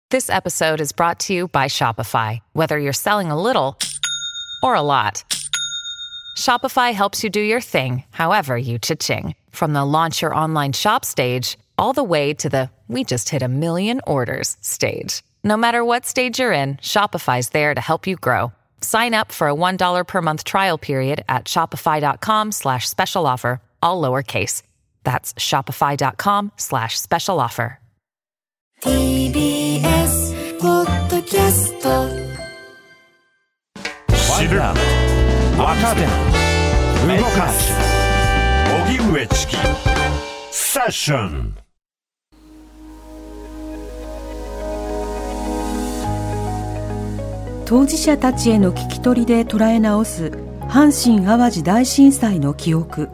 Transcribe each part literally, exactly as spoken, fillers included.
This episode is brought to you by Shopify. Whether you're selling a little or a lot, Shopify helps you do your thing, however you cha-ching. From the launch your online shop stage, all the way to the we just hit a million orders stage. No matter what stage you're in, Shopify's there to help you grow. Sign up for a one dollar per month trial period at shopify.com slash special offer, all lowercase. That's shopify.com slash special offer. ティービーエス ポッドキャスト知る若手動かす荻上チキセッション。 当事者たちへの聞き取りで捉え直す阪神・淡路大震災の記憶。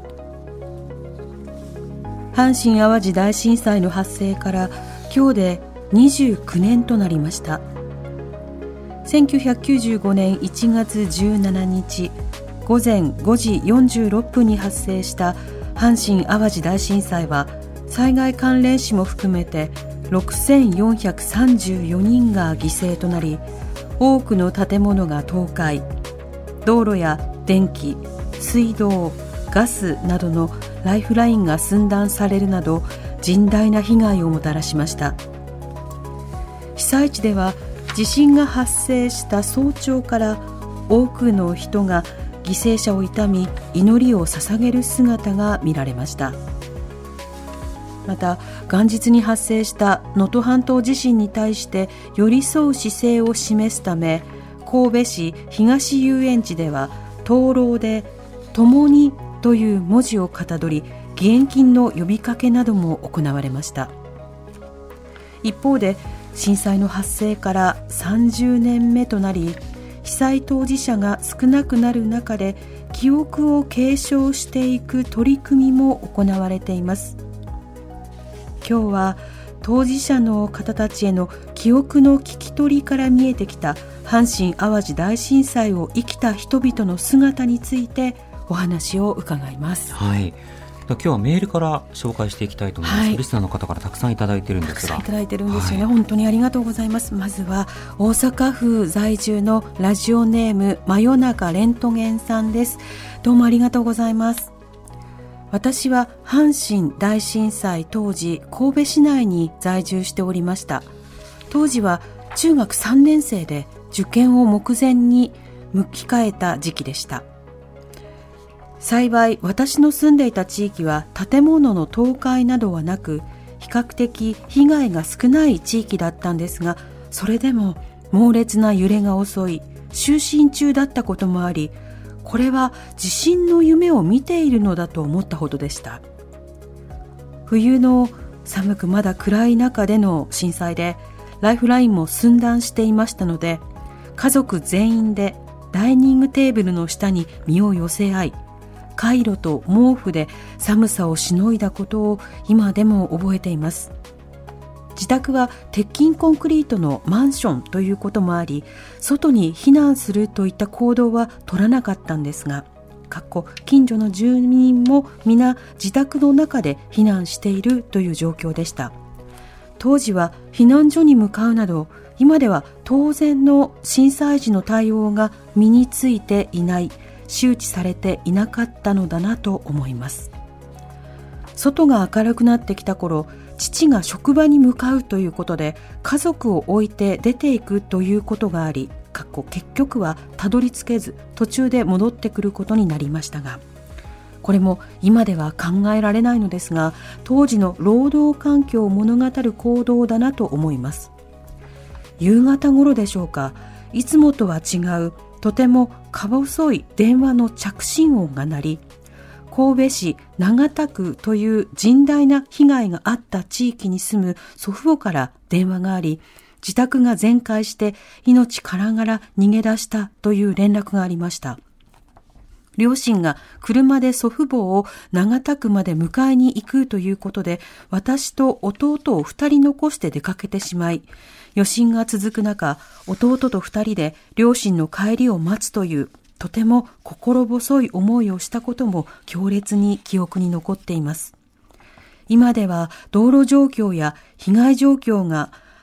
阪神・淡路大震災の発生から今日でにじゅうきゅうねんとなりました。せんきゅうひゃくきゅうじゅうごねんいちがつじゅうしちにちごぜんごじよんじゅうろっぷんに発生した阪神・淡路大震災は、災害関連死も含めてろくせんよんひゃくさんじゅうよにんが犠牲となり、多くの建物が倒壊、道路や電気、水道、ガスなどのライフラインが寸断されるなど甚大な被害をもたらしました。被災地では地震が発生した早朝から多くの人が犠牲者を悼み、祈りを捧げる姿が見られました。また元日に発生した能登半島地震に対して寄り添う姿勢を示すため、神戸市東遊園地では灯籠で共にという文字をかたどり、義援金の呼びかけなども行われました。一方で震災の発生からさんじゅうねんめとなり、被災当事者が少なくなる中で記憶を継承していく取り組みも行われています。今日は当事者の方たちへの記憶の聞き取りから見えてきた阪神・淡路大震災を生きた人々の姿についてお話を伺います。 はい、今日はメールから紹介していきたいと思います。はい、リスナーの方からたくさんいただいているんですが、たくさんいただいてるんですよね。はい、本当にありがとうございます。まずは大阪府在住のラジオネーム真夜中レントゲンさんです。どうもありがとうございます。私は阪神大震災当時神戸市内に在住しておりました。当時は中学さんねんせいで受験を目前に向き変えた時期でした。幸い私の住んでいた地域は建物の倒壊などはなく、比較的被害が少ない地域だったんですが、それでも猛烈な揺れが襲い、就寝中だったこともあり、これは地震の夢を見ているのだと思ったほどでした。冬の寒くまだ暗い中での震災でライフラインも寸断していましたので、家族全員でダイニングテーブルの下に身を寄せ合い、カイロと毛布で寒さをしのいだことを今でも覚えています。自宅は鉄筋コンクリートのマンションということもあり、外に避難するといった行動は取らなかったんですが、近所の住民も皆自宅の中で避難しているという状況でした。当時は避難所に向かうなど、今では当然の震災時の対応が身についていない、周知されていなかったのだなと思います。外が明るくなってきた頃、父が職場に向かうということで家族を置いて出ていくということがあり、結局はたどり着けず途中で戻ってくることになりましたが、これも今では考えられないのですが、当時の労働環境を物語る行動だなと思います。夕方頃でしょうか、いつもとは違うとてもか細い電話の着信音が鳴り、神戸市長田区という甚大な被害があった地域に住む祖父母から電話があり、自宅が全壊して命からがら逃げ出したという連絡がありました。両親が車で祖父母を長田区まで迎えに行くということで、私と弟を二人残して出かけてしまい、余震が続く中、弟と二人で両親の帰りを待つというとても心細い思いをしたことも強烈に記憶に残っています。今では道路状況や被害状況が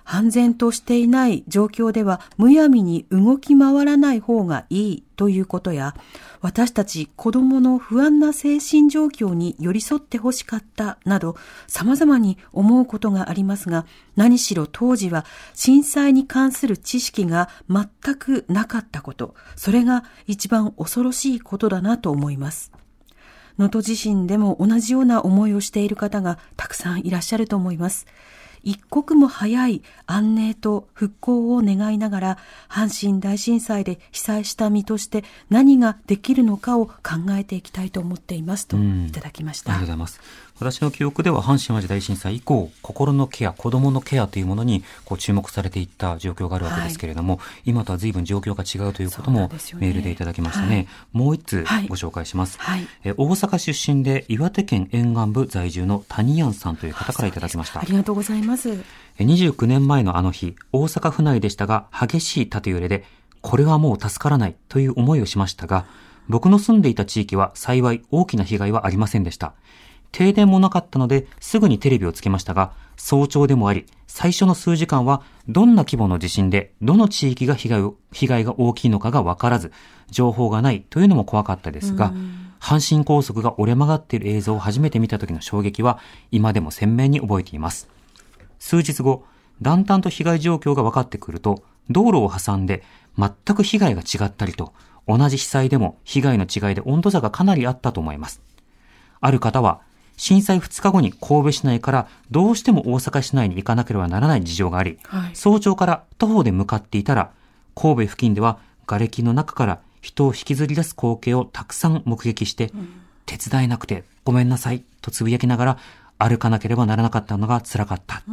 判然としていない状況ではむやみに動き回らない方がいいということや、私たち子どもの不安な精神状況に寄り添ってほしかったなど様々に思うことがありますが、何しろ当時は震災に関する知識が全くなかったこと、それが一番恐ろしいことだなと思います。能登地震でも同じような思いをしている方がたくさんいらっしゃると思います。一刻も早い安寧と復興を願いながら、阪神大震災で被災した身として何ができるのかを考えていきたいと思っていますといただきました。 ありがとうございます。私の記憶では阪神淡路大震災以降、心のケア、子どものケアというものにこう注目されていった状況があるわけですけれども、はい、今とは随分状況が違うということもメールでいただきましたね。はい、もう一つご紹介します。はい、え大阪出身で岩手県沿岸部在住の谷安さんという方からいただきました。 ありがとうございます。 にじゅうきゅうねんまえのあの日、大阪府内でしたが激しい縦揺れで、これはもう助からないという思いをしましたが、僕の住んでいた地域は幸い大きな被害はありませんでした。停電もなかったのですぐにテレビをつけましたが、早朝でもあり、最初の数時間はどんな規模の地震でどの地域が被害を、被害が大きいのかが分からず、情報がないというのも怖かったですが、阪神高速が折れ曲がっている映像を初めて見た時の衝撃は今でも鮮明に覚えています。数日後、だんだんと被害状況が分かってくると、道路を挟んで全く被害が違ったりと、同じ被災でも被害の違いで温度差がかなりあったと思います。ある方は、震災ふつかごに神戸市内からどうしても大阪市内に行かなければならない事情があり、はい、早朝から徒歩で向かっていたら、神戸付近では瓦礫の中から人を引きずり出す光景をたくさん目撃して、うん、手伝えなくてごめんなさいとつぶやきながら歩かなければならなかったのが辛かった。うん、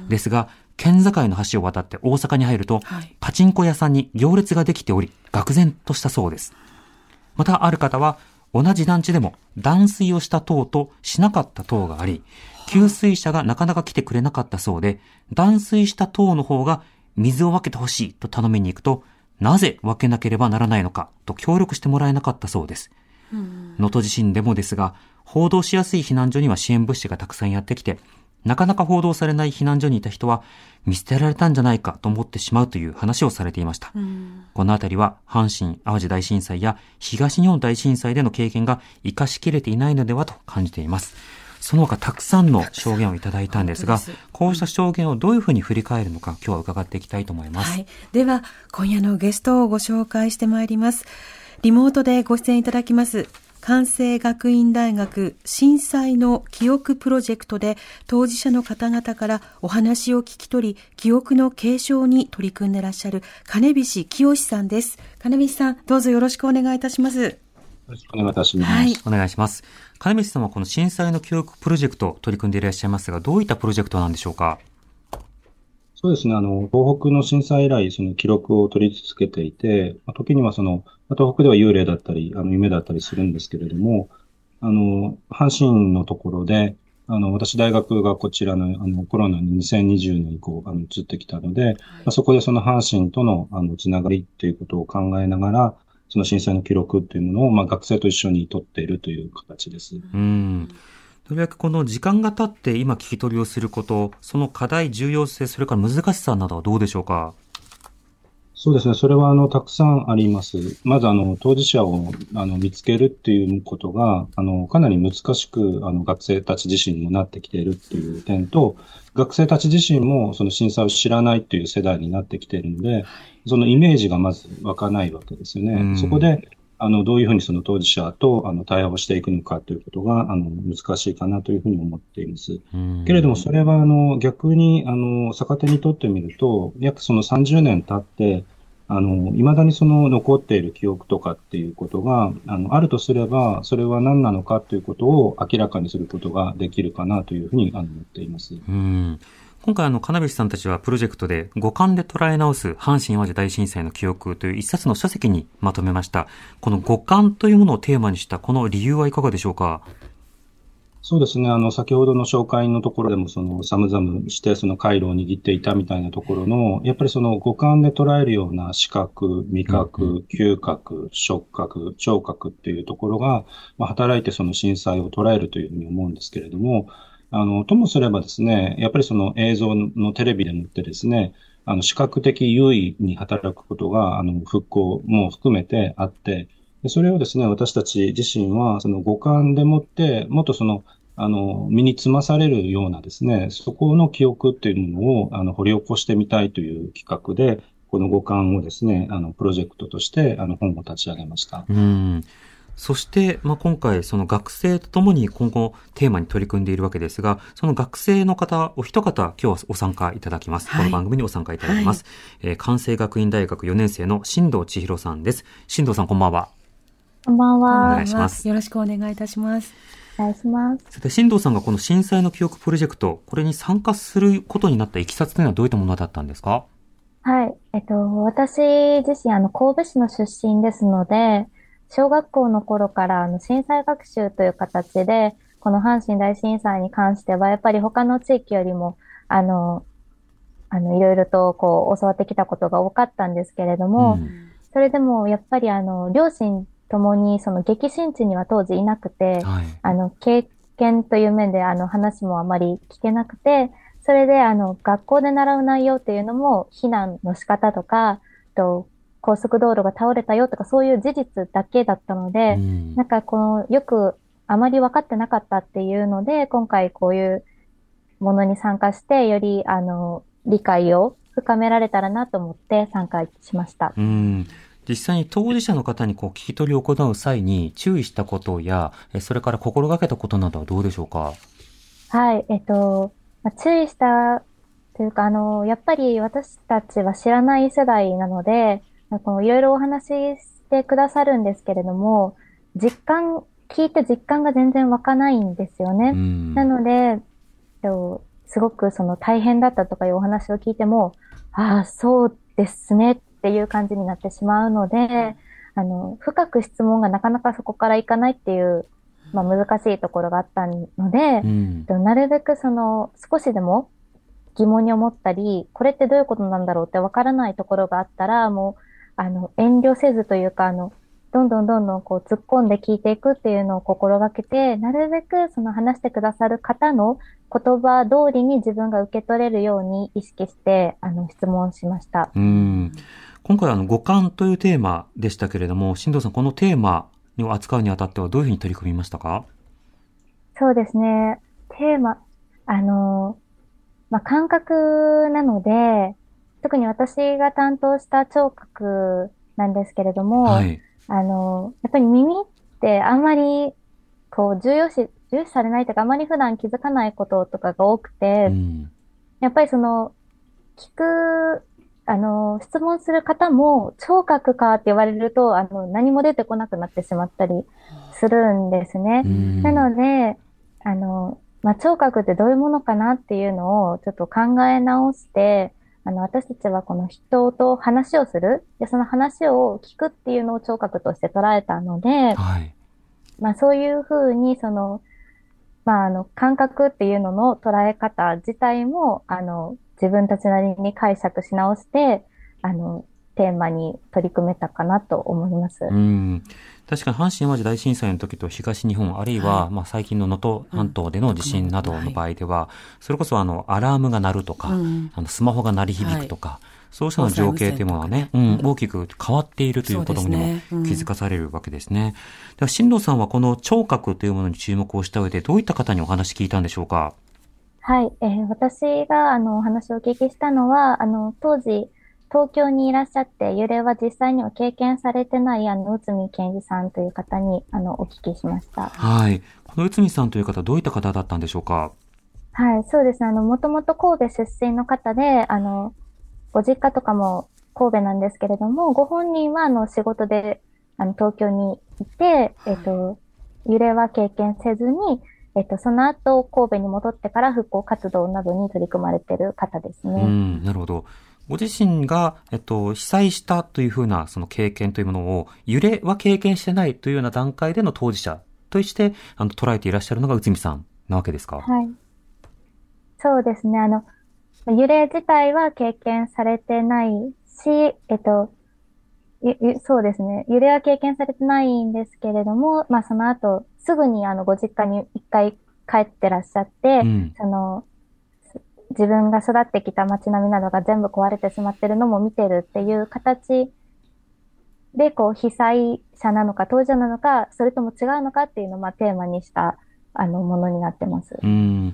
ですが、県境の橋を渡って大阪に入ると、はい、パチンコ屋さんに行列ができており、愕然としたそうです。またある方は、同じ団地でも断水をした塔としなかった塔があり、給水車がなかなか来てくれなかったそうで、断水した塔の方が水を分けてほしいと頼みに行くと、なぜ分けなければならないのかと協力してもらえなかったそうです。能登地震でもですが、報道しやすい避難所には支援物資がたくさんやってきて、なかなか報道されない避難所にいた人は見捨てられたんじゃないかと思ってしまうという話をされていました。このあたりは阪神淡路大震災や東日本大震災での経験が生かしきれていないのではと感じています。その他たくさんの証言をいただいたんですが、こうした証言をどういうふうに振り返るのか今日は伺っていきたいと思います。はい、 では今夜のゲストをご紹介してまいります。リモートでご出演いただきます関西学院大学震災の記憶プロジェクトで当事者の方々からお話を聞き取り、記憶の継承に取り組んでいらっしゃる金菱清さんです。金菱さん、どうぞよろしくお願いいたします。よろしくお願いいたします。 はい、お願いします。金菱さんはこの震災の記憶プロジェクト取り組んでいらっしゃいますが、どういったプロジェクトなんでしょうか？ そうですね。あの、東北の震災以来、その記録を取り続けていて、時にはその、東北では幽霊だったり、あの、夢だったりするんですけれども、あの、阪神のところで、あの、私大学がこちらの、あの、コロナににせんにじゅうねん以降、あの、移ってきたので、はい、まあ、そこでその阪神との、あの、つながりっていうことを考えながら、その震災の記録っていうものを、まあ、学生と一緒に取っているという形です。 うん。とりわけこの時間が経って今聞き取りをすること、その課題、重要性、それから難しさなどはどうでしょうか？ そうですね。それは、あの、たくさんあります。まず、あの、当事者を、あの、見つけるっていうことが、あの、かなり難しく、あの、学生たち自身もなってきているっていう点と、学生たち自身も、その震災を知らないっていう世代になってきているので、そのイメージがまず湧かないわけですよね。そこで、あの、どういうふうにその当事者と、あの、対話をしていくのかということが、あの、難しいかなというふうに思っています。けれども、それは、あの、逆に、あの、逆手にとってみると、約そのさんじゅうねん経って、あの、未だにその残っている記憶とかっていうことが、あの、あるとすれば、それは何なのかということを明らかにすることができるかなというふうに、あの、思っています。 うん。今回あの金菱さんたちはプロジェクトで五感で捉え直す阪神淡路大震災の記憶という一冊の書籍にまとめました。この五感というものをテーマにしたこの理由はいかがでしょうか？ そうですね。あの、先ほどの紹介のところでも、その、寒々してその回路を握っていたみたいなところの、やっぱりその五感で捉えるような視覚、味覚、嗅覚、触覚、聴覚っていうところが、まあ、働いてその震災を捉えるというふうに思うんですけれども、 あの、ともすればですね、やっぱりその映像のテレビでもってですね、あの、視覚的優位に働くことが、あの、復興も含めてあって、でそれをですね、私たち自身は、その五感でもって、もっとその、あの、身につまされるようなですね、そこの記憶っていうものを、あの、掘り起こしてみたいという企画で、この五感をですね、あの、プロジェクトとして、あの、本を立ち上げました。 うん。そして、まあ、今回、その学生とともに今後テーマに取り組んでいるわけですが、その学生の方、お一方、今日はお参加いただきます。はい、この番組にお参加いただきます。はい、えー、関西学院大学よねん生の新藤千尋さんです。新藤さん、こんばんは。 こんばんは。 お願いします。 よろしくお願いいたします。 お願いします。 さて、新藤さんがこの震災の記憶プロジェクト、これに参加することになったいきさつというのはどういったものだったんですか？ はい。えっと、私自身、あの、神戸市の出身ですので、小学校の頃からあの震災学習という形で、この阪神大震災に関しては、やっぱり他の地域よりも、あの、あの、いろいろとこう、教わってきたことが多かったんですけれども、うん、それでもやっぱりあの、両親ともにその激震地には当時いなくて、はい、あの、経験という面であの、話もあまり聞けなくて、それであの、学校で習う内容っていうのも、避難の仕方とか、と高速道路が倒れたよとかそういう事実だけだったので、うん、なんかこのよくあまり分かってなかったっていうので、今回こういうものに参加してよりあの理解を深められたらなと思って参加しました。 うん、実際に当事者の方にこう聞き取りを行う際に注意したことや、それから心がけたことなどはどうでしょうか？ はい、えっと、まあ、注意したというかあのやっぱり私たちは知らない世代なので。いろいろお話ししてくださるんですけれども、実感、聞いて実感が全然湧かないんですよね。なので、すごくその大変だったとかいうお話を聞いても、ああ、そうですねっていう感じになってしまうので、あの、深く質問がなかなかそこからいかないっていう、まあ難しいところがあったので、うん、なるべくその少しでも疑問に思ったり、これってどういうことなんだろうってわからないところがあったら、もう、あの、遠慮せずというか、あの、どんどんどんどんこう突っ込んで聞いていくっていうのを心がけて、なるべくその話してくださる方の言葉通りに自分が受け取れるように意識して、あの、質問しました。 うん。今回あの、五感というテーマでしたけれども、新藤さん、このテーマを扱うにあたってはどういうふうに取り組みましたか？ そうですね。テーマ、あの、まあ、感覚なので、特に私が担当した聴覚なんですけれども、はい、あの、やっぱり耳ってあんまり、こう、重要視、重要視されないというか、あまり普段気づかないこととかが多くて、うん、やっぱりその、聞く、あの、質問する方も、聴覚かって言われると、あの、何も出てこなくなってしまったりするんですね。うん、なので、あの、まあ、聴覚ってどういうものかなっていうのをちょっと考え直して、あの、私たちはこの人と話をする。で、その話を聞くっていうのを聴覚として捉えたので、はい、まあそういうふうに、その、まああの、感覚っていうのの捉え方自体も、あの、自分たちなりに解釈し直して、あの、テーマに取り組めたかなと思います。 うん。確かに阪神淡路大震災の時と東日本、あるいは、はい、まあ最近の能登半島での地震などの場合では、うん、それこそあの、アラームが鳴るとか、うん、あのスマホが鳴り響くとか、はい、そうしたの情景というものはね、うん、大きく変わっているということにも気づかされるわけですね。では、新藤さんはこの聴覚というものに注目をした上で、どういった方にお話聞いたんでしょうか？ はい、えー、私があの、お話をお聞きしたのは、あの、当時、東京にいらっしゃって、揺れは実際には経験されてない、あの、内海健二さんという方に、あの、お聞きしました。 はい。この内海さんという方、どういった方だったんでしょうか？ はい、そうですね。あの、もともと神戸出身の方で、あの、ご実家とかも神戸なんですけれども、ご本人は、あの、仕事で、あの、東京にいて、えっと、揺れは経験せずに、えっと、その後、神戸に戻ってから復興活動などに取り組まれている方ですね。 うん、なるほど。ご自身が、えっと、被災したというふうな、その経験というものを、揺れは経験してないというような段階での当事者として、あの、捉えていらっしゃるのが内海さんなわけですか？ はい。そうですね。あの、揺れ自体は経験されてないし、えっと、そうですね。揺れは経験されてないんですけれども、まあその後、すぐにあのご実家に一回帰ってらっしゃって、 うん、 その、自分が育ってきた街並みなどが全部壊れてしまってるのも見てるっていう形で、こう、被災者なのか当事者なのか、それとも違うのかっていうのを、まあ、テーマにした、あの、ものになってます。 うん。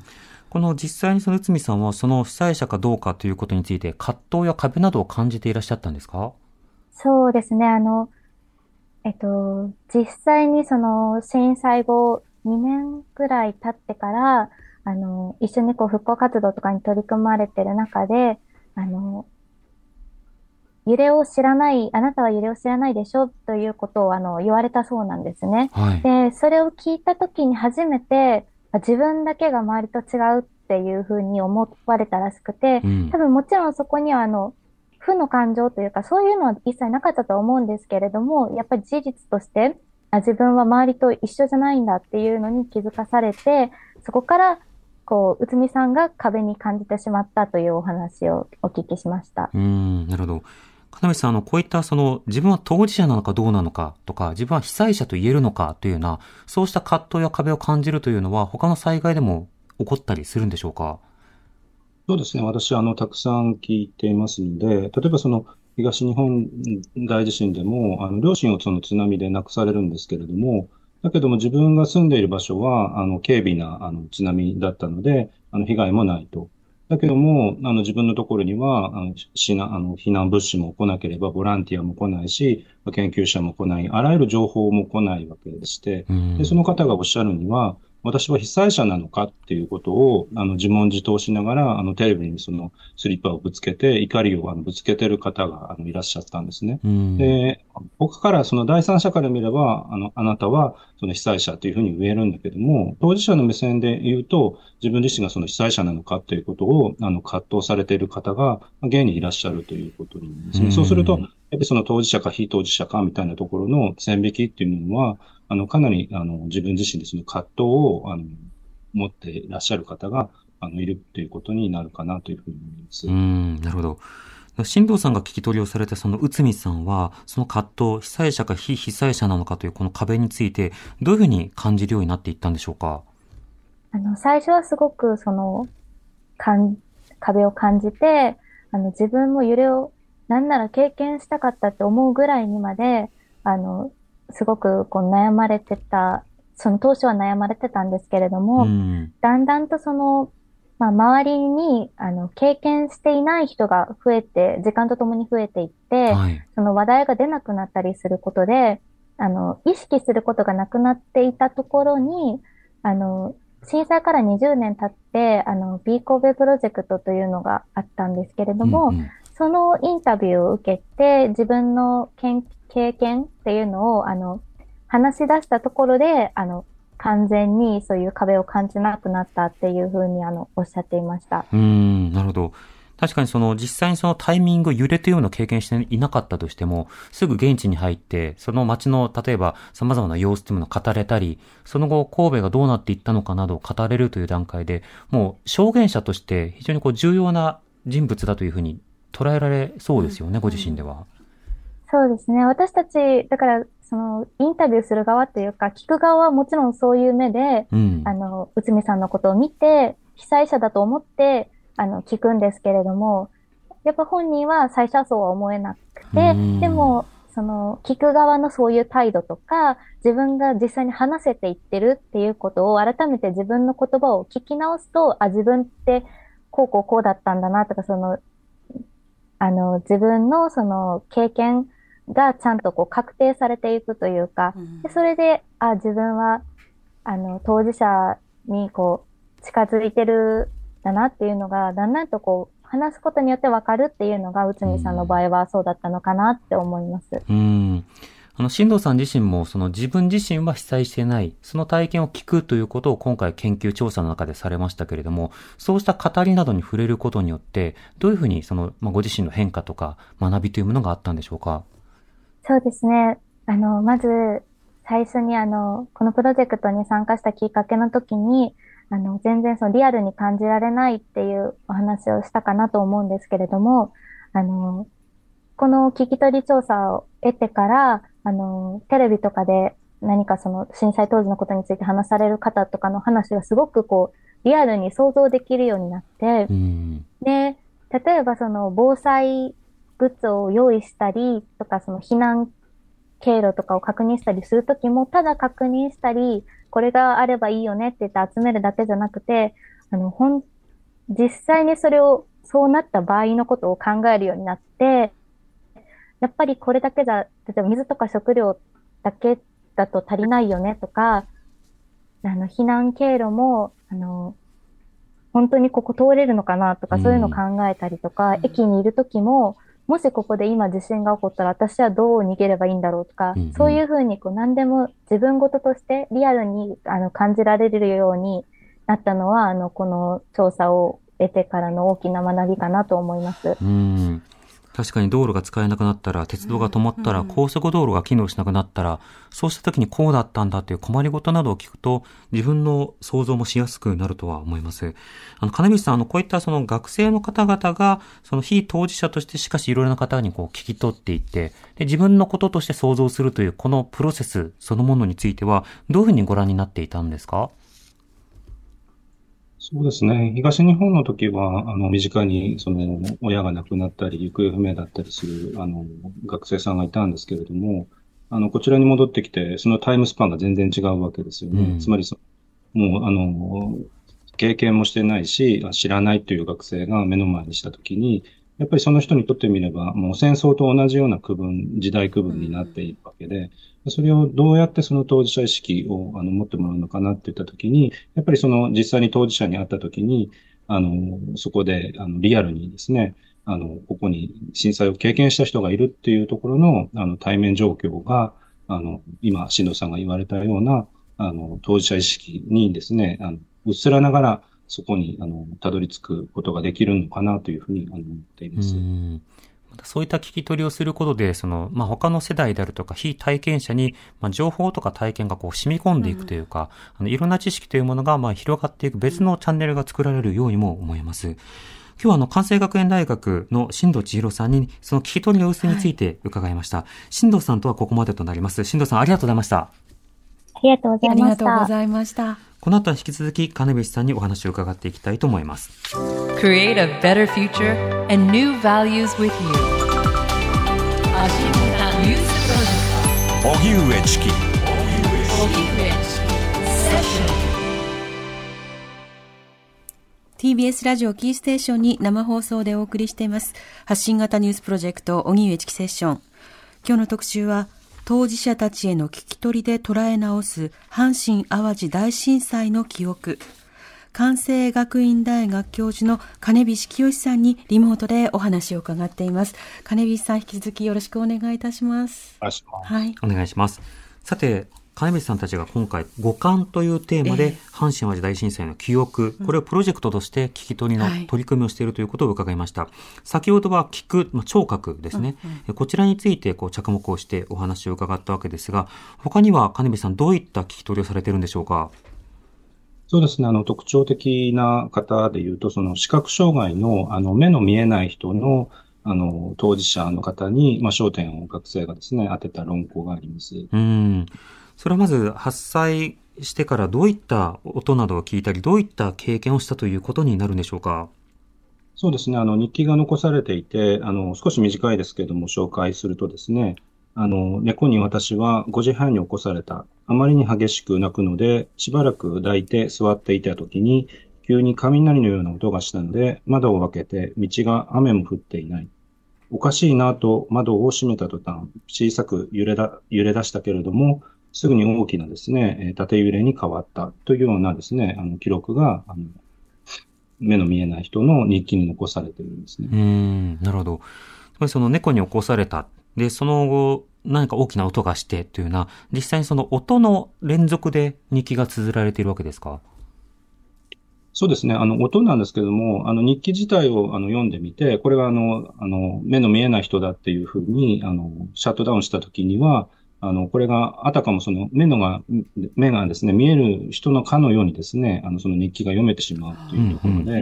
この実際にその内海さんは、その被災者かどうかということについて、葛藤や壁などを感じていらっしゃったんですか？ そうですね、あの、えっと、実際にその、震災後にねんぐらい経ってから、あの、一緒にこう、復興活動とかに取り組まれてる中で、あの、揺れを知らない、あなたは揺れを知らないでしょということをあの言われたそうなんですね。 はい。 で、それを聞いたときに初めて自分だけが周りと違うっていうふうに思われたらしくて、 うん、 多分もちろんそこにはあの負の感情というかそういうのは一切なかったと思うんですけれども、やっぱり事実としてあ自分は周りと一緒じゃないんだっていうのに気づかされて、そこからこう、内海さんが壁に感じてしまったというお話をお聞きしました。 うーん、なるほど。金道さん、あの、こういったその、自分は当事者なのかどうなのかとか、自分は被災者と言えるのかというような、そうした葛藤や壁を感じるというのは、他の災害でも起こったりするんでしょうか？ そうですね。私、あの、たくさん聞いていますので、例えばその、東日本大地震でも、あの、両親をその津波で亡くされるんですけれども、だけども自分が住んでいる場所は、あの、軽微な、あの、津波だったので、あの、被害もないと。だけども、あの、自分のところには、あの、避難、あの、避難物資も来なければ、ボランティアも来ないし、研究者も来ない、あらゆる情報も来ないわけでして、で、その方がおっしゃるには、私は被災者なのかっていうことを、あの、自問自答しながら、あの、テレビにそのスリッパをぶつけて、怒りをあのぶつけてる方が、あの、いらっしゃったんですね。で、僕からその第三者から見れば、あの、あなたはその被災者というふうに言えるんだけども、当事者の目線で言うと、自分自身がその被災者なのかということを、あの、葛藤されている方が、現にいらっしゃるということになりますね。そうすると、やっぱりその当事者か非当事者かみたいなところの線引きっていうのは、あの、かなり、あの、自分自身でその葛藤を、あの、持っていらっしゃる方が、あの、いるということになるかなというふうに思います。 うーん、なるほど。新藤さんが聞き取りをされたその内海さんは、その葛藤、被災者か非被災者なのかというこの壁について、どういうふうに感じるようになっていったんでしょうか？ あの、最初はすごくその、かん、壁を感じて、あの、自分も揺れを、なんなら経験したかったって思うぐらいにまで、あの、すごくこう悩まれてた、その当初は悩まれてたんですけれども、だんだんとその、まあ、周りに、あの、経験していない人が増えて、時間とともに増えていって、はい、その話題が出なくなったりすることで、あの、意識することがなくなっていたところに、あの、震災からにじゅうねん経って、あの、B 神戸プロジェクトというのがあったんですけれども、うんうん、そのインタビューを受けて、自分の経験っていうのを、あの、話し出したところで、あの、完全にそういう壁を感じなくなったっていうふうに、あの、おっしゃっていました。 うーん、なるほど。確かにその実際にそのタイミング、揺れというのを経験していなかったとしても、すぐ現地に入って、その街の例えば様々な様子というのを語れたり、その後神戸がどうなっていったのかなどを語れるという段階で、もう証言者として非常にこう重要な人物だというふうに捉えられそうですよね、うん、ご自身では。 そうですね。私たち、だから、その、インタビューする側というか、聞く側はもちろんそういう目で、うん、あの、内海さんのことを見て、被災者だと思って、あの、聞くんですけれども、やっぱ本人は最初はそうは思えなくて、でも、その、聞く側のそういう態度とか、自分が実際に話せていってるっていうことを改めて自分の言葉を聞き直すと、あ、自分ってこうこうこうだったんだなとか、その、あの、自分のその経験がちゃんとこう確定されていくというか、でそれで、あ、自分は、あの、当事者にこう、近づいてるだなっていうのが、だんだんとこう、話すことによってわかるっていうのが、内海さんの場合はそうだったのかなって思います。 うん。あの、新藤さん自身も、その自分自身は被災してない、その体験を聞くということを今回研究調査の中でされましたけれども、そうした語りなどに触れることによって、どういうふうにその、まあ、ご自身の変化とか学びというものがあったんでしょうか？ そうですね。あの、まず、最初にあの、このプロジェクトに参加したきっかけの時に、あの、全然そのリアルに感じられないっていうお話をしたかなと思うんですけれども、あの、この聞き取り調査を得てから、あの、テレビとかで何かその震災当時のことについて話される方とかの話がすごくこう、リアルに想像できるようになって、うん、で、例えばその防災グッズを用意したりとか、その避難経路とかを確認したりするときも、ただ確認したり、これがあればいいよねって言って集めるだけじゃなくて、あの、ほん、実際にそれを、そうなった場合のことを考えるようになって、やっぱりこれだけじゃ、例えば水とか食料だけだと足りないよねとか、あの、避難経路も、あの、本当にここ通れるのかなとか、そういうのを考えたりとか、うん、駅にいるときも、もしここで今地震が起こったら私はどう逃げればいいんだろうとか、うんうん、そういうふうにこう何でも自分事としてリアルにあの感じられるようになったのは、あの、この調査を得てからの大きな学びかなと思います。 うん、確かに道路が使えなくなったら、鉄道が止まったら、高速道路が機能しなくなったら、そうした時にこうだったんだという困りごとなどを聞くと、自分の想像もしやすくなるとは思います。あの、金光さん、あの、こういったその学生の方々が、その非当事者としてしかしいろいろな方にこう聞き取っていって、で、自分のこととして想像するというこのプロセスそのものについては、どういうふうにご覧になっていたんですか？ そうですね。東日本の時は、あの、身近に、その、親が亡くなったり、行方不明だったりする、あの、学生さんがいたんですけれども、あの、こちらに戻ってきて、そのタイムスパンが全然違うわけですよね。うん、つまりそ、もう、あの、経験もしてないし、知らないという学生が目の前にした時に、やっぱりその人にとってみれば、もう戦争と同じような区分、時代区分になっているわけで、それをどうやってその当事者意識をあの持ってもらうのかなって言ったときに、やっぱりその実際に当事者に会ったときに、あの、そこであのリアルにですね、あの、ここに震災を経験した人がいるっていうところの、あの、対面状況が、あの、今、進藤さんが言われたような、あの、当事者意識にですね、あの、うっすらながら、そこに、あの、たどり着くことができるのかなというふうに思っています。 うん、そういった聞き取りをすることで、その、まあ、他の世代であるとか、非体験者に、まあ、情報とか体験がこう染み込んでいくというか、うん、あのいろんな知識というものが、まあ、広がっていく別のチャンネルが作られるようにも思います。今日はあの、関西学園大学の進藤千尋さんに、その聞き取りの様子について伺いました。はい、進藤さんとはここまでとなります。進藤さん、ありがとうございました。 ありがとうございました。 ありがとうございました。 この後は引き続き金光さんにお話を伺っていきたいと思います。 Create a better future and new values with you. 荻上チキ。 ティービーエス ラジオキーステーションに生放送でお送りしています。発信型ニュースプロジェクト荻上チキセッション。今日の特集は、当事者たちへの聞き取りで捉え直す阪神淡路大震災の記憶。関西学院大学教授の金菱清さんにリモートでお話を伺っています。金菱さん、引き続きよろしくお願いいたします。 お願いします。 はい。お願いします。さて、金菱さんたちが今回五感というテーマで阪神淡路大震災の記憶、えー、これをプロジェクトとして聞き取りの取り組みをしているということを伺いました。はい、先ほどは聞く、まあ、聴覚ですね、うんうん、こちらについてこう着目をしてお話を伺ったわけですが、他には金菱さん、どういった聞き取りをされているんでしょうか？ そうですね。あの、特徴的な方で言うと、その視覚障害の、あの、目の見えない人の、あの、当事者の方に、まあ、焦点を学生がですね、当てた論考があります。 うん。それはまず、発災してからどういった音などを聞いたり、どういった経験をしたということになるんでしょうか？ そうですね。あの、日記が残されていて、あの、少し短いですけれども、紹介するとですね、あの、猫に私はごじはんに起こされた。あまりに激しく鳴くので、しばらく抱いて座っていたときに、急に雷のような音がしたので、窓を開けて、道が雨も降っていない。おかしいなと窓を閉めた途端、小さく揺れだ、揺れ出したけれども、すぐに大きなですね、縦揺れに変わったというようなですね、あの、記録が、あの、目の見えない人の日記に残されているんですね。 うーん、なるほど。つまりその猫に起こされた。で、その後、何か大きな音がしてというような、実際にその音の連続で日記が綴られているわけですか？ そうですね。あの、音なんですけども、あの、日記自体をあの読んでみて、これはあの、あの、目の見えない人だっていうふうに、あの、シャットダウンしたときには、あの、これが、あたかもその、目のが、目がですね、見える人のかのようにですね、あの、その日記が読めてしまうというところで、うんうん、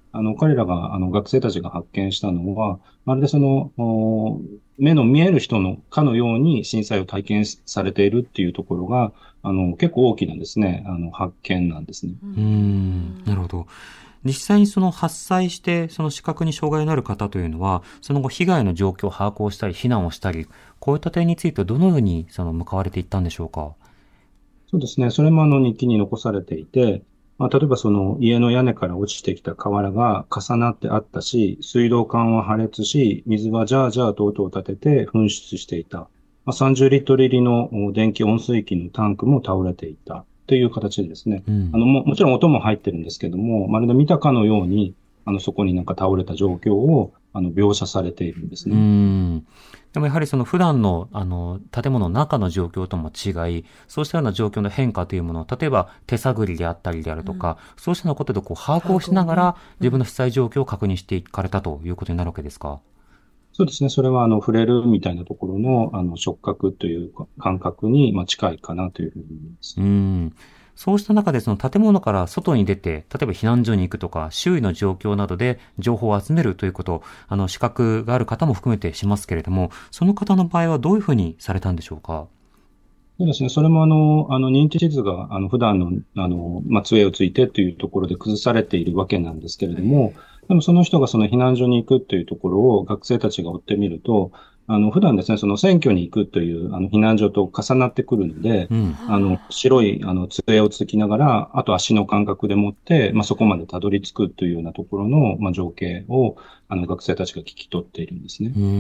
あの、彼らが、あの、学生たちが発見したのは、まるでその、目の見える人のかのように震災を体験されているっていうところが、あの、結構大きなですね、あの、発見なんですね。 うーん、なるほど。実際にその発災して、その視覚に障害のある方というのは、その後被害の状況を把握をしたり、避難をしたり、こういった点についてはどのようにその向かわれていったんでしょうか？ そうですね。それもあの日記に残されていて、まあ、例えばその家の屋根から落ちてきた瓦が重なってあったし、水道管は破裂し、水がジャージャーと音を立てて噴出していた。まあ、さんじゅうリットル入りの電気温水器のタンクも倒れていた。という形でですね、うん、あのも、もちろん音も入ってるんですけども、まるで見たかのように、あの、そこになんか倒れた状況を、あの、描写されているんですね。 うん。でもやはりその普段の、あの、建物の中の状況とも違い、そうしたような状況の変化というものを、例えば手探りであったりであるとか、うん、そうしたようなことでこう把握をしながら、自分の被災状況を確認していかれたということになるわけですか？ そうですね。それは、あの、触れるみたいなところの、あの、触覚というか感覚に、まあ、近いかなというふうに思います。 うん。そうした中でその建物から外に出て、例えば避難所に行くとか、周囲の状況などで情報を集めるということを、あの、資格がある方も含めてしますけれども、その方の場合はどういうふうにされたんでしょうか？ そうですね。それもあの、あの、認知地図が、あの、普段の、あの、まあ、杖をついてというところで崩されているわけなんですけれども、でもその人がその避難所に行くというところを学生たちが追ってみると、あの、普段ですね、その選挙に行くという、あの、避難所と重なってくるので、うん、あの、白い、あの、杖をつきながら、あと足の感覚でもって、まあ、そこまでたどり着くというようなところの、まあ、情景を、あの、学生たちが聞き取っているんですね。 うん。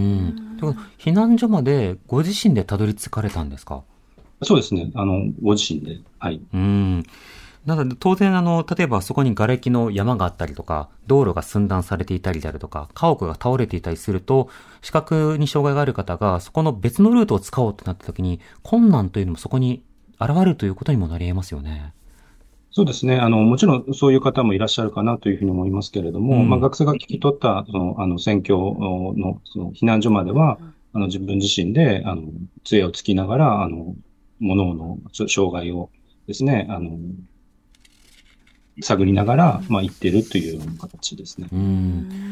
避難所までご自身でたどり着かれたんですか？ そうですね。あの、ご自身で。はい。 うん。なので、当然、あの、例えばそこに瓦礫の山があったりとか、道路が寸断されていたりであるとか、家屋が倒れていたりすると、視覚に障害がある方が、そこの別のルートを使おうとなったときに、困難というのもそこに現れるということにもなり得ますよね。 そうですね。あの、もちろんそういう方もいらっしゃるかなというふうに思いますけれども、うん、まあ、学生が聞き取った、その、あの、選挙の、その、避難所までは、あの、自分自身で、あの、杖をつきながら、あの、各々の障害をですね、あの、探りながら、まあ、行ってるというような形ですね。 うん。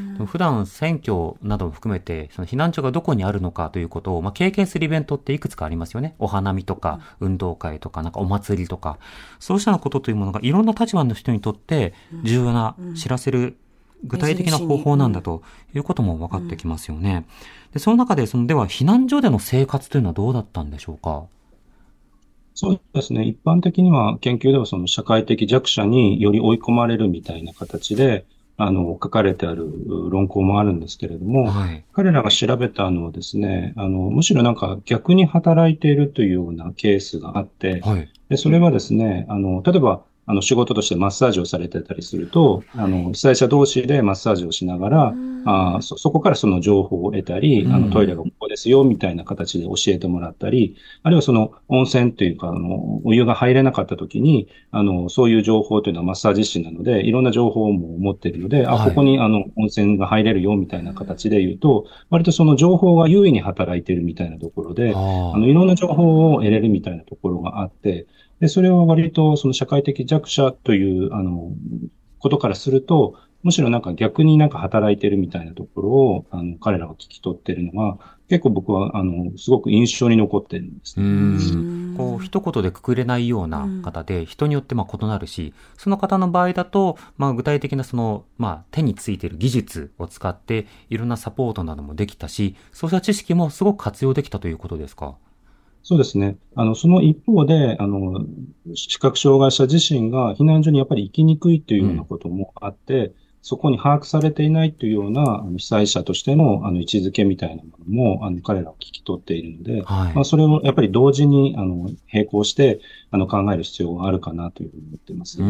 普段選挙なども含めて、その避難所がどこにあるのかということを、まあ、経験するイベントっていくつかありますよね。お花見とか、運動会とか、なんかお祭りとか、そうしたことというものがいろんな立場の人にとって重要な知らせる具体的な方法なんだということも分かってきますよね。で、その中で、その、では避難所での生活というのはどうだったんでしょうか？ そうですね。一般的には研究ではその社会的弱者により追い込まれるみたいな形で、あの、書かれてある論考もあるんですけれども、はい、彼らが調べたのはですね、あの、むしろなんか逆に働いているというようなケースがあって、はい、で、それはですね、あの、例えば、あの、仕事としてマッサージをされてたりすると、あの、被災者同士でマッサージをしながら、あそ、そこからその情報を得たり、あの、トイレがここですよ、みたいな形で教えてもらったり、あるいはその温泉というか、あの、お湯が入れなかった時に、あの、そういう情報というのはマッサージ師なので、いろんな情報も持っているので、あ、ここにあの、温泉が入れるよ、みたいな形で言うと、割とその情報が優位に働いているみたいなところで、あの、いろんな情報を得れるみたいなところがあって、で、それは割とその社会的弱者という、あの、ことからすると、むしろなんか逆になんか働いてるみたいなところを、あの、彼らが聞き取ってるのが、結構僕は、あの、すごく印象に残ってるんですね。 うーん。こう、一言でくくれないような方で、人によってまあ異なるし、その方の場合だと、まあ具体的なその、まあ手についている技術を使って、いろんなサポートなどもできたし、そうした知識もすごく活用できたということですか？ そうですね。あの、その一方で、あの、視覚障害者自身が避難所にやっぱり行きにくいというようなこともあって、うん、そこに把握されていないというようなあの被災者としてのあの位置づけみたいなものも、あの、彼らは聞き取っているので、はい、まあ、それをやっぱり同時に、あの、並行して、あの、考える必要があるかなというふうに思っています。 うん、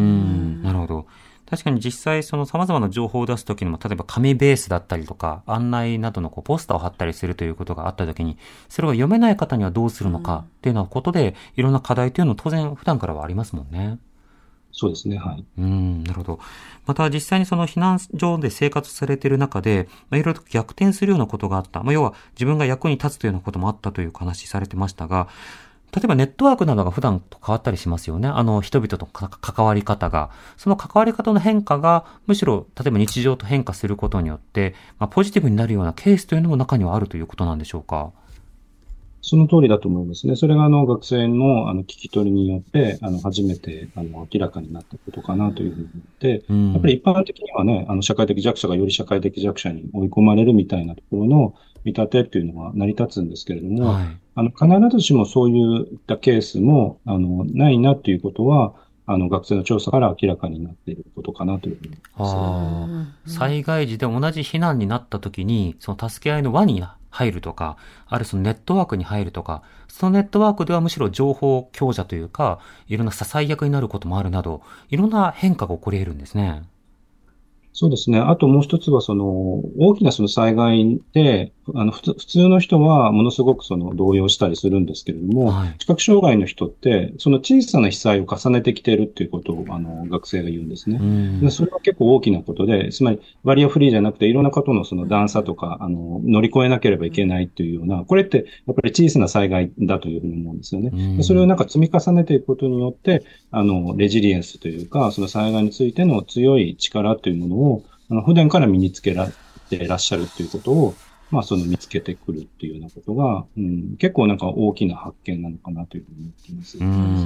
なるほど。確かに実際その様々な情報を出すときにも、例えば紙ベースだったりとか、案内などのこうポスターを貼ったりするということがあったときに、それを読めない方にはどうするのかっていうのはことで、いろんな課題というのは当然普段からはありますもんね。 そうですね、はい。 うん、なるほど。また実際にその避難所で生活されている中で、まあ、いろいろと逆転するようなことがあった。まあ、要は自分が役に立つというようなこともあったという話されてましたが、 例えばネットワークなどが普段と変わったりしますよね。あの、人々とか関わり方が。その関わり方の変化が、むしろ、例えば日常と変化することによって、まあ、ポジティブになるようなケースというのも中にはあるということなんでしょうか。 その通りだと思いますね。それがあの学生のあの聞き取りによってあの初めてあの明らかになったことかなというふうに思って、うん、やっぱり一般的にはね、あの社会的弱者がより社会的弱者に追い込まれるみたいなところの見立てっていうのは成り立つんですけれども、はい、あの必ずしもそういったケースもあのないなということは、あの学生の調査から明らかになっていることかなというふうに思います。 災害時で同じ避難になったときに、その助け合いの輪に入るとか、あるいはそのネットワークに入るとか、そのネットワークではむしろ情報強者というか、いろんな支え役になることもあるなど、いろんな変化が起こり得るんですね。 そうですね。あともう一つは、その、大きなその災害で、あの、普通、普通の人はものすごくその動揺したりするんですけれども、はい、視覚障害の人って、その小さな被災を重ねてきているっていうことを、あの、学生が言うんですね。でそれは結構大きなことで、つまり、バリアフリーじゃなくて、いろんな方のその段差とか、あの、乗り越えなければいけないっていうような、これって、やっぱり小さな災害だというふうに思うんですよね。でそれをなんか積み重ねていくことによって、あの、レジリエンスというか、その災害についての強い力というものを、あの普段から身につけられていらっしゃるということを、まあ、その見つけてくるっていうようなことが、うん、結構なんか大きな発見なのかなというふうに思っています。 うん、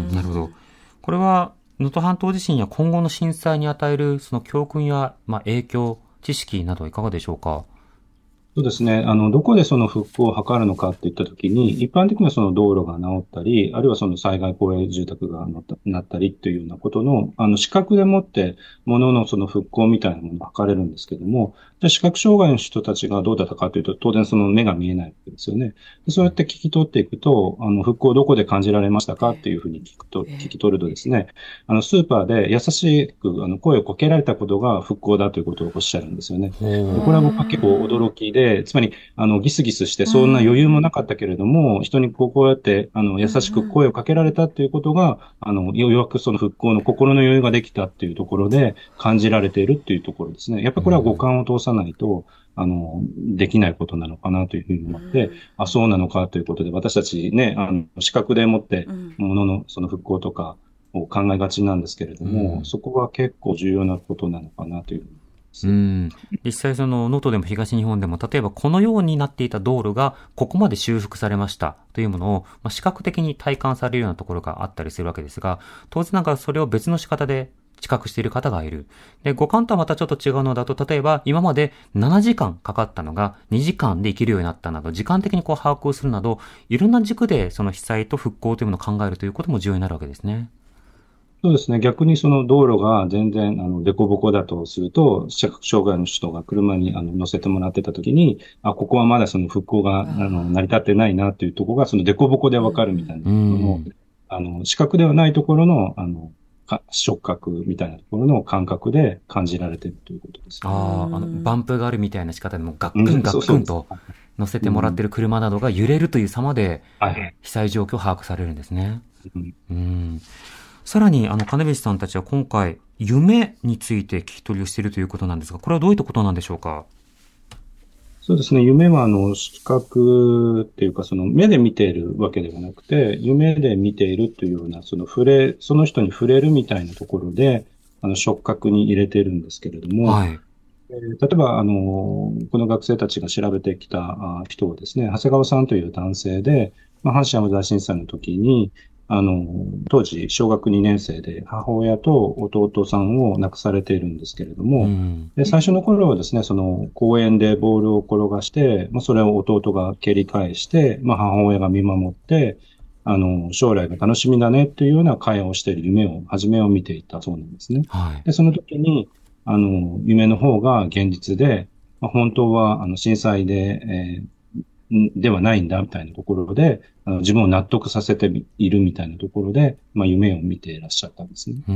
なるほど。これは、能登半島地震や今後の震災に与えるその教訓や、まあ、影響、知識などはいかがでしょうか？ そうですね。あの、どこでその復興を図るのかっていったときに、一般的にはその道路が治ったり、あるいはその災害公営住宅がなったりっていうようなことの、あの、視覚でもって、もののその復興みたいなものが図れるんですけども、じゃあ視覚障害の人たちがどうだったかというと、当然その目が見えないわけですよね。でそうやって聞き取っていくと、あの、復興をどこで感じられましたかっていうふうに聞くと、聞き取るとですね、あの、スーパーで優しく、あの、声をかけられたことが復興だということをおっしゃるんですよね。でこれは僕は結構驚きで、つまり、あの、ギスギスして、そんな余裕もなかったけれども、うん、人にこう、こうやって、あの、優しく声をかけられたっていうことが、あの、ようやくその復興の心の余裕ができたっていうところで感じられているっていうところですね。やっぱりこれは五感を通さないと、あの、できないことなのかなというふうに思って、うん、あ、そうなのかということで、私たちね、あの、視覚でもって、もののその復興とかを考えがちなんですけれども、うん、そこが結構重要なことなのかなというふうに。 うん。実際その能登でも東日本でも例えばこのようになっていた道路がここまで修復されましたというものを、まあ、視覚的に体感されるようなところがあったりするわけですが、当然ながらそれを別の仕方で知覚している方がいる。で、五感とはまたちょっと違うのだと、例えば今までななじかんかかったのがにじかんで生きるようになったなど、時間的にこう把握をするなど、いろんな軸でその被災と復興というものを考えるということも重要になるわけですね。 そうですね。逆にその道路が全然、あの、凸凹だとすると、視覚障害の人が車にあの乗せてもらってたときに、あ、ここはまだその復興が、あの、成り立ってないなというところが、その凸凹でわかるみたいなところの、あの、視覚ではないところの、あの、触覚みたいなところの感覚で感じられているということです、ね。 ああ、あの、バンプがあるみたいな仕方でも、ガックンガックンと乗せてもらっている車などが揺れるという様で、被災状況を把握されるんですね。うん。うんさらに、あの、金菱さんたちは今回、夢について聞き取りをしているということなんですが、これはどういったことなんでしょうか？ そうですね。夢は、あの、視覚っていうか、その、目で見ているわけではなくて、夢で見ているというような、その、触れ、その人に触れるみたいなところで、あの、触覚に入れているんですけれども、はい。えー、例えば、あの、この学生たちが調べてきた人はですね、長谷川さんという男性で、まあ、阪神・淡路大震災の時に、あの、当時、小学にねん生で母親と弟さんを亡くされているんですけれども、うん、で最初の頃はですね、その公園でボールを転がして、まあ、それを弟が蹴り返して、まあ、母親が見守って、あの、将来が楽しみだねというような会話をしている夢を、初めを見ていたそうなんですね。はい、でその時に、あの、夢の方が現実で、まあ、本当は、あの、震災で、えーではないんだみたいなところで、あの自分を納得させているみたいなところで、まあ夢を見ていらっしゃったんですね。 うん。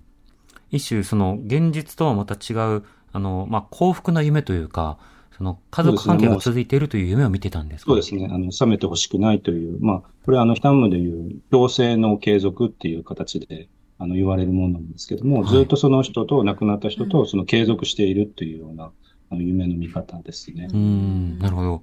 一種その現実とはまた違う、あの、まあ幸福な夢というか、その家族関係が続いているという夢を見てたんですか？ そうですね。あの、冷めてほしくないという、まあ、これはあの、ヒタムでいう共生の継続っていう形で、あの、言われるものなんですけども、はい、ずっとその人と亡くなった人とその継続しているというような、あの、夢の見方ですね。 うん、なるほど。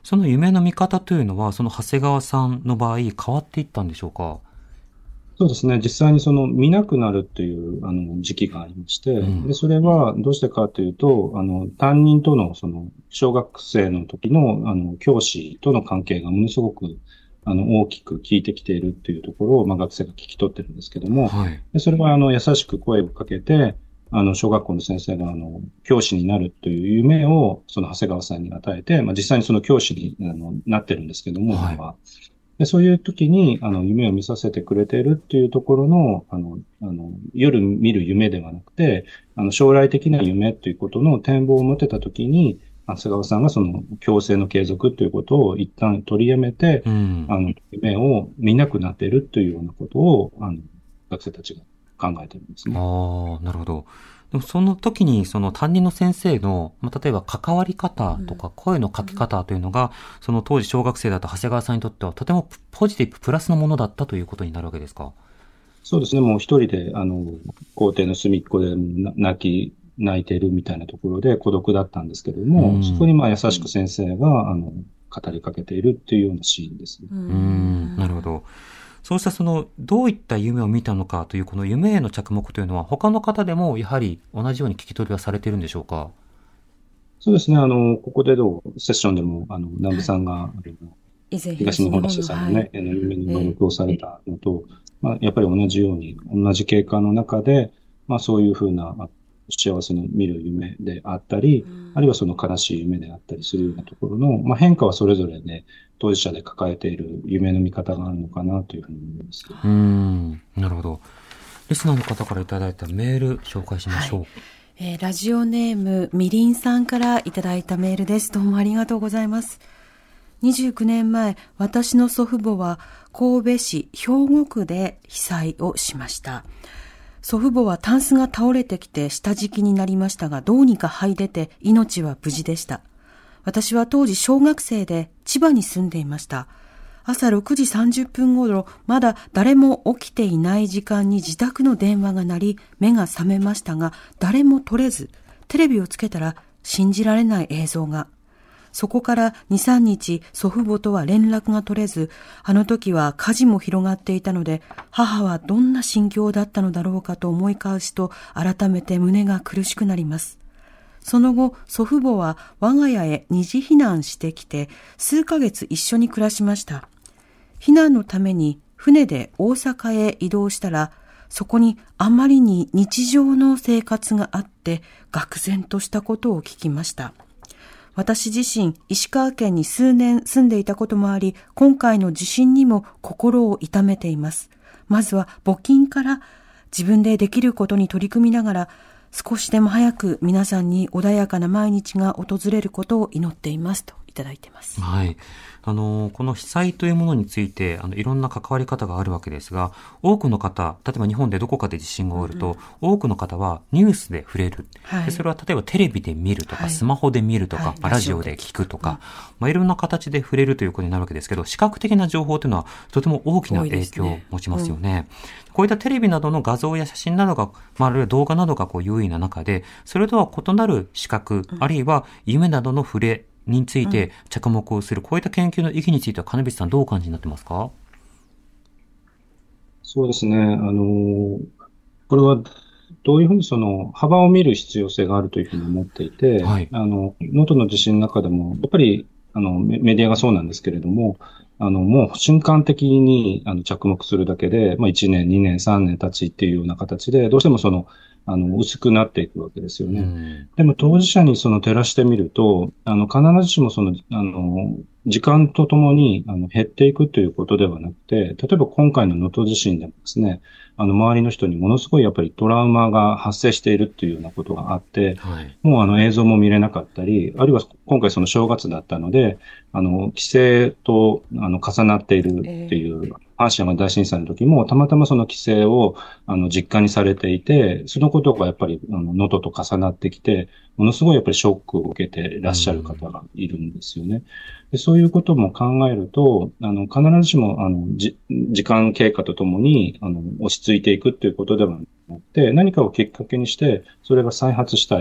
その夢の見方というのは、その長谷川さんの場合、変わっていったんでしょうか？ そうですね。実際にその見なくなるっていうあの時期がありまして、うん、で、それはどうしてかというと、あの、担任とのその小学生の時のあの教師との関係がものすごくあの大きく効いてきているっていうところを、まあ、学生が聞き取ってるんですけども、はい、でそれはあの優しく声をかけて、あの小学校の先生があの教師になるという夢をその長谷川さんに与えて、まあ、実際にその教師にあのなってるんですけども、はいでそういう時に、あの、夢を見させてくれているっていうところの、あの、あの、夜見る夢ではなくて、あの、将来的な夢ということの展望を持てた時に、長谷川さんがその、強制の継続ということを一旦取りやめて、うん、あの、夢を見なくなっているというようなことを、あの、学生たちが考えてるんですね。 ああ、なるほど。でもその時にその担任の先生の、まあ、例えば関わり方とか声のかけ方というのが、うん、その当時小学生だった長谷川さんにとってはとてもポジティブプラスのものだったということになるわけですか？ そうですね。もう一人で、あの、校庭の隅っこで泣き、泣いてるみたいなところで孤独だったんですけれども、うん、そこにまあ優しく先生が、あの、語りかけているっていうようなシーンですね。 うん、なるほど。そうしたその、どういった夢を見たのかというこの夢への着目というのは他の方でもやはり同じように聞き取りはされているんでしょうか？ そうですね。あの、ここでのセッションでも、あの、南部さんが、はい、東日本大震災のね、はい、夢に登録をされたのと、えーまあ、やっぱり同じように、同じ経過の中で、まあそういうふうな、幸せの見る夢であったり、うん、あるいはその悲しい夢であったりするようなところの、まあ、変化はそれぞれね、当事者で抱えている夢の見方があるのかなというふうに思います。 うーん、なるほど。リスナーの方からいただいたメール紹介しましょう。はいえー、ラジオネームみりんさんからいただいたメールです。どうもありがとうございます。にじゅうきゅうねんまえ、私の祖父母は神戸市兵庫区で被災をしました。祖父母はタンスが倒れてきて下敷きになりましたが、どうにか這い出て命は無事でした。私は当時小学生で千葉に住んでいました。朝ろくじさんじゅっぷん頃、まだ誰も起きていない時間に自宅の電話が鳴り、目が覚めましたが、誰も取れず、テレビをつけたら信じられない映像が。そこからに、さんにち祖父母とは連絡が取れず、あの時は火事も広がっていたので、母はどんな心境だったのだろうかと思い返すと、改めて胸が苦しくなります。その後、祖父母は我が家へ二次避難してきて、数ヶ月一緒に暮らしました。避難のために船で大阪へ移動したら、そこにあまりに日常の生活があって、愕然としたことを聞きました。私自身、石川県に数年住んでいたこともあり、今回の地震にも心を痛めています。まずは募金から自分でできることに取り組みながら、少しでも早く皆さんに穏やかな毎日が訪れることを祈っていますといただいています。 はい。あの、この被災というものについて、あの、いろんな関わり方があるわけですが、多くの方、例えば日本でどこかで地震が起こると、うん、多くの方はニュースで触れる。はい、でそれは例えばテレビで見るとか、はい、スマホで見るとか、はい、ラジオで聞くとか、うん、まあ、いろんな形で触れるということになるわけですけど、視覚的な情報というのはとても大きな影響を持ちますよね。ねうん、こういったテレビなどの画像や写真などが、まあ、あるいは動画などがこう優位な中で、それとは異なる視覚、うん、あるいは夢などの触れ、について着目をする、うん、こういった研究の意義については金渕さんどうお感じになってますか？ そうですね。あの、これはどういうふうにその幅を見る必要性があるというふうに思っていて、はい、あの、能登の地震の中でも、やっぱりあのメディアがそうなんですけれども、あの、もう瞬間的にあの着目するだけで、まあいちねん、にねん、さんねん経ちっていうような形で、どうしてもその、あの、薄くなっていくわけですよね。うん、でも当事者にその照らしてみると、あの、必ずしもその、あの、時間とともに、あの、減っていくということではなくて、例えば今回の能登地震でもですね、あの、周りの人にものすごいやっぱりトラウマが発生しているっていうようなことがあって、はい、もうあの映像も見れなかったり、あるいは今回その正月だったので、あの、帰省と、あの、重なっているっていう、えー阪神・淡路大震災の時も、たまたまその帰省を、あの、実家にされていて、そのことがやっぱり、あの、能登と重なってきて、ものすごいやっぱりショックを受けていらっしゃる方がいるんですよね。でそういうことも考えると、あの、必ずしも、あの、じ、時間経過とともに、あの、落ち着いていくっていうことではなくて、何かをきっかけにして、それが再発したり、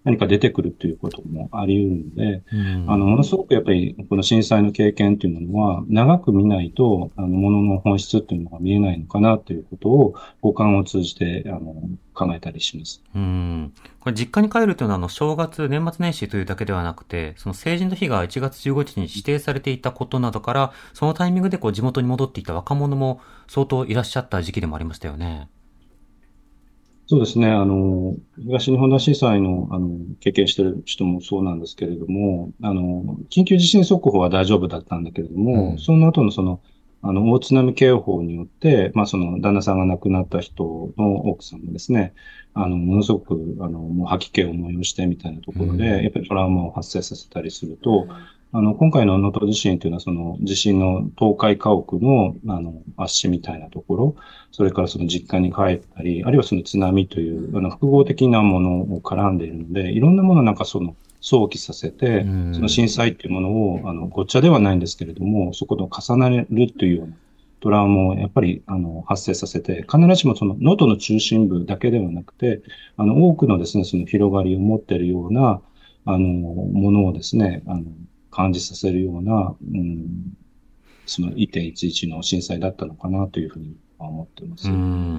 何か出てくるということもあり得るので、うん、あの、ものすごくやっぱりこの震災の経験というものは長く見ないと、あの、ものの本質というのが見えないのかなということを五感を通じて、あの、考えたりします。 うん。これ実家に帰るというのは、あの、正月、年末年始というだけではなくて、その成人の日がいちがつじゅうごにちに指定されていたことなどから、そのタイミングでこう地元に戻っていた若者も相当いらっしゃった時期でもありましたよね。 そうですね。あの、東日本大震災の、あの、経験している人もそうなんですけれども、あの、緊急地震速報は大丈夫だったんだけれども、うん、その後のその、あの、大津波警報によって、まあ、その、旦那さんが亡くなった人の奥さんもですね、あの、ものすごく、あの、もう吐き気を催してみたいなところで、うん、やっぱりトラウマを発生させたりすると、あの、今回の能登地震というのは、その地震の倒壊家屋の、あの、圧死みたいなところ、それからその実家に帰ったり、あるいはその津波という、あの、複合的なものを絡んでいるので、いろんなものなんかその、想起させて、その震災っていうものを、あの、ごっちゃではないんですけれども、そこと重ねるというようなトラウマをやっぱり、あの、発生させて、必ずしもその、能登の中心部だけではなくて、あの、多くのですね、その広がりを持っているような、あの、ものをですね、あの、感じさせるような、うん、その いってんいちいち の震災だったのかなというふうに思っています。 うん、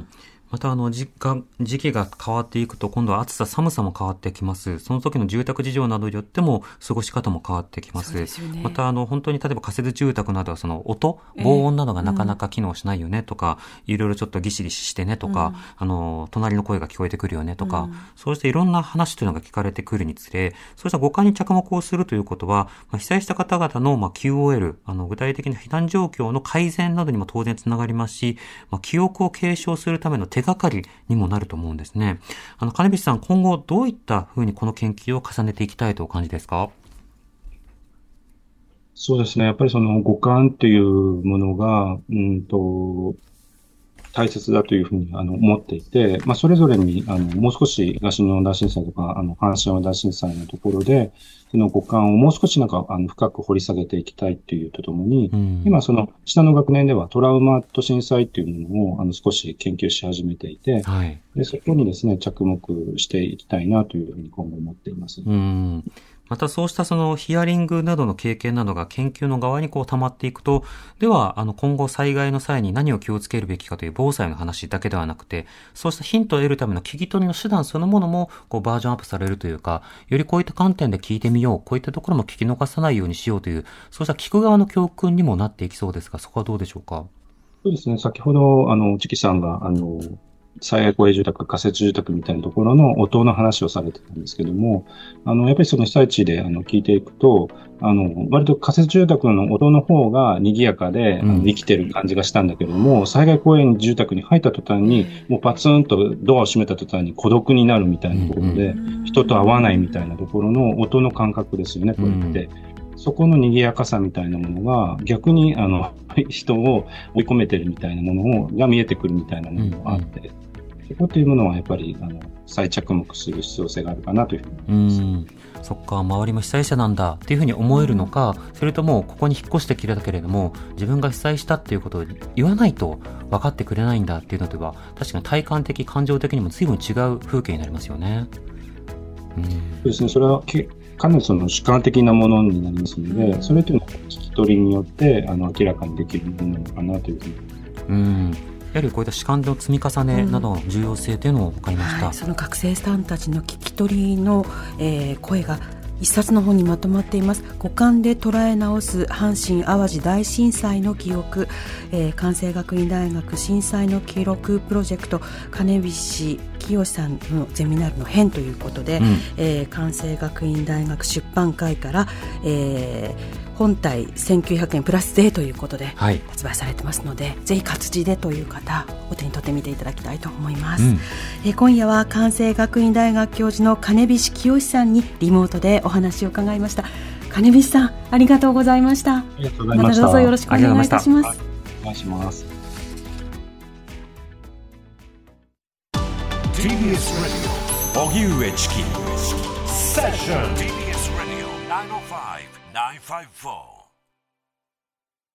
またあの時期が変わっていくと今度は暑さ寒さも変わってきます。その時の住宅事情などによっても過ごし方も変わってきます。そうですよね。またあの本当に例えば仮設住宅などはその音防音などがなかなか機能しないよねとか、えー、いろいろちょっとギシギシしてねとか、うん、あの隣の声が聞こえてくるよねとか、うん、そうしていろんな話というのが聞かれてくるにつれ、そうした五感に着目をするということは、まあ、被災した方々のまあ キューオーエル、あの具体的な避難状況の改善などにも当然つながりますし、まあ、記憶を継承するための手がかりにもなると思うんですね。あの金菱さん、今後どういったふうにこの研究を重ねていきたいとお感じですか？ そうですね。やっぱりその五感っていうものが、うんと、大切だというふうにあの思っていて、まあ、それぞれにあのもう少し東日本大震災とかあの阪神大震災のところで、その五感をもう少しなんかあの深く掘り下げていきたいっていうとともに、うん、今その下の学年ではトラウマと震災っていうものをあの少し研究し始めていて、はい、でそこにですね着目していきたいなというふうに今後思っています。 うん、またそうしたそのヒアリングなどの経験などが研究の側にこう溜まっていくと、ではあの今後災害の際に何を気をつけるべきかという防災の話だけではなくて、そうしたヒントを得るための聞き取りの手段そのものもこうバージョンアップされるというか、よりこういった観点で聞いてみよう、こういったところも聞き逃さないようにしようという、そうした聞く側の教訓にもなっていきそうですが、そこはどうでしょうか？ そうですね。先ほどあのチキさんがあの災害公営住宅、仮設住宅みたいなところの音の話をされてたんですけども、あの、やっぱりその被災地であの聞いていくと、あの、割と仮設住宅の音の方が賑やかで、うん、あの生きてる感じがしたんだけども、災害公営住宅に入った途端に、もうパツンとドアを閉めた途端に孤独になるみたいなところで、うん、人と会わないみたいなところの音の感覚ですよね、これって。うん、そこの賑やかさみたいなものが逆にあの人を追い込めてるみたいなものをが見えてくるみたいなものがあって、うんうん、そこというものはやっぱりあの再着目する必要性があるかなというふうに思います。うん、 そっか、周りも被災者なんだっていうふうに思えるのか、それともここに引っ越してきたけれども自分が被災したっていうことを言わないと分かってくれないんだっていうのでは、確かに体感的感情的にも随分違う風景になりますよね。 うん、そうですね。それはけかなりその主観的なものになりますので、それというのを聞き取りによってあの明らかにできるものなのかなというふうに。 うん、やはりこういった主観の積み重ねなどの重要性というのを分かりました。うん、はい、 その学生さんたちの聞き取りの、えー、声が一冊の本にまとまっています。五感で捉え直す阪神淡路大震災の記憶、えー、関西学院大学震災の記録プロジェクト金菱清さんのゼミナールの編ということで、うん、えー、関西学院大学出版会から、えー本体せんきゅうひゃくえんプラス税ということで発売されてますので、はい、ぜひ活字でという方お手に取ってみていただきたいと思います。うん、え今夜は関西学院大学教授の金菱清さんにリモートでお話を伺いました。金菱さん、ありがとうございました。 ありがとうございました。 またどうぞよろしくお願いいたします。 お願いします。 ティービーエス ラジオ荻上チキセッション ティービーエス ラジオナインオーファイブナインファイブフォー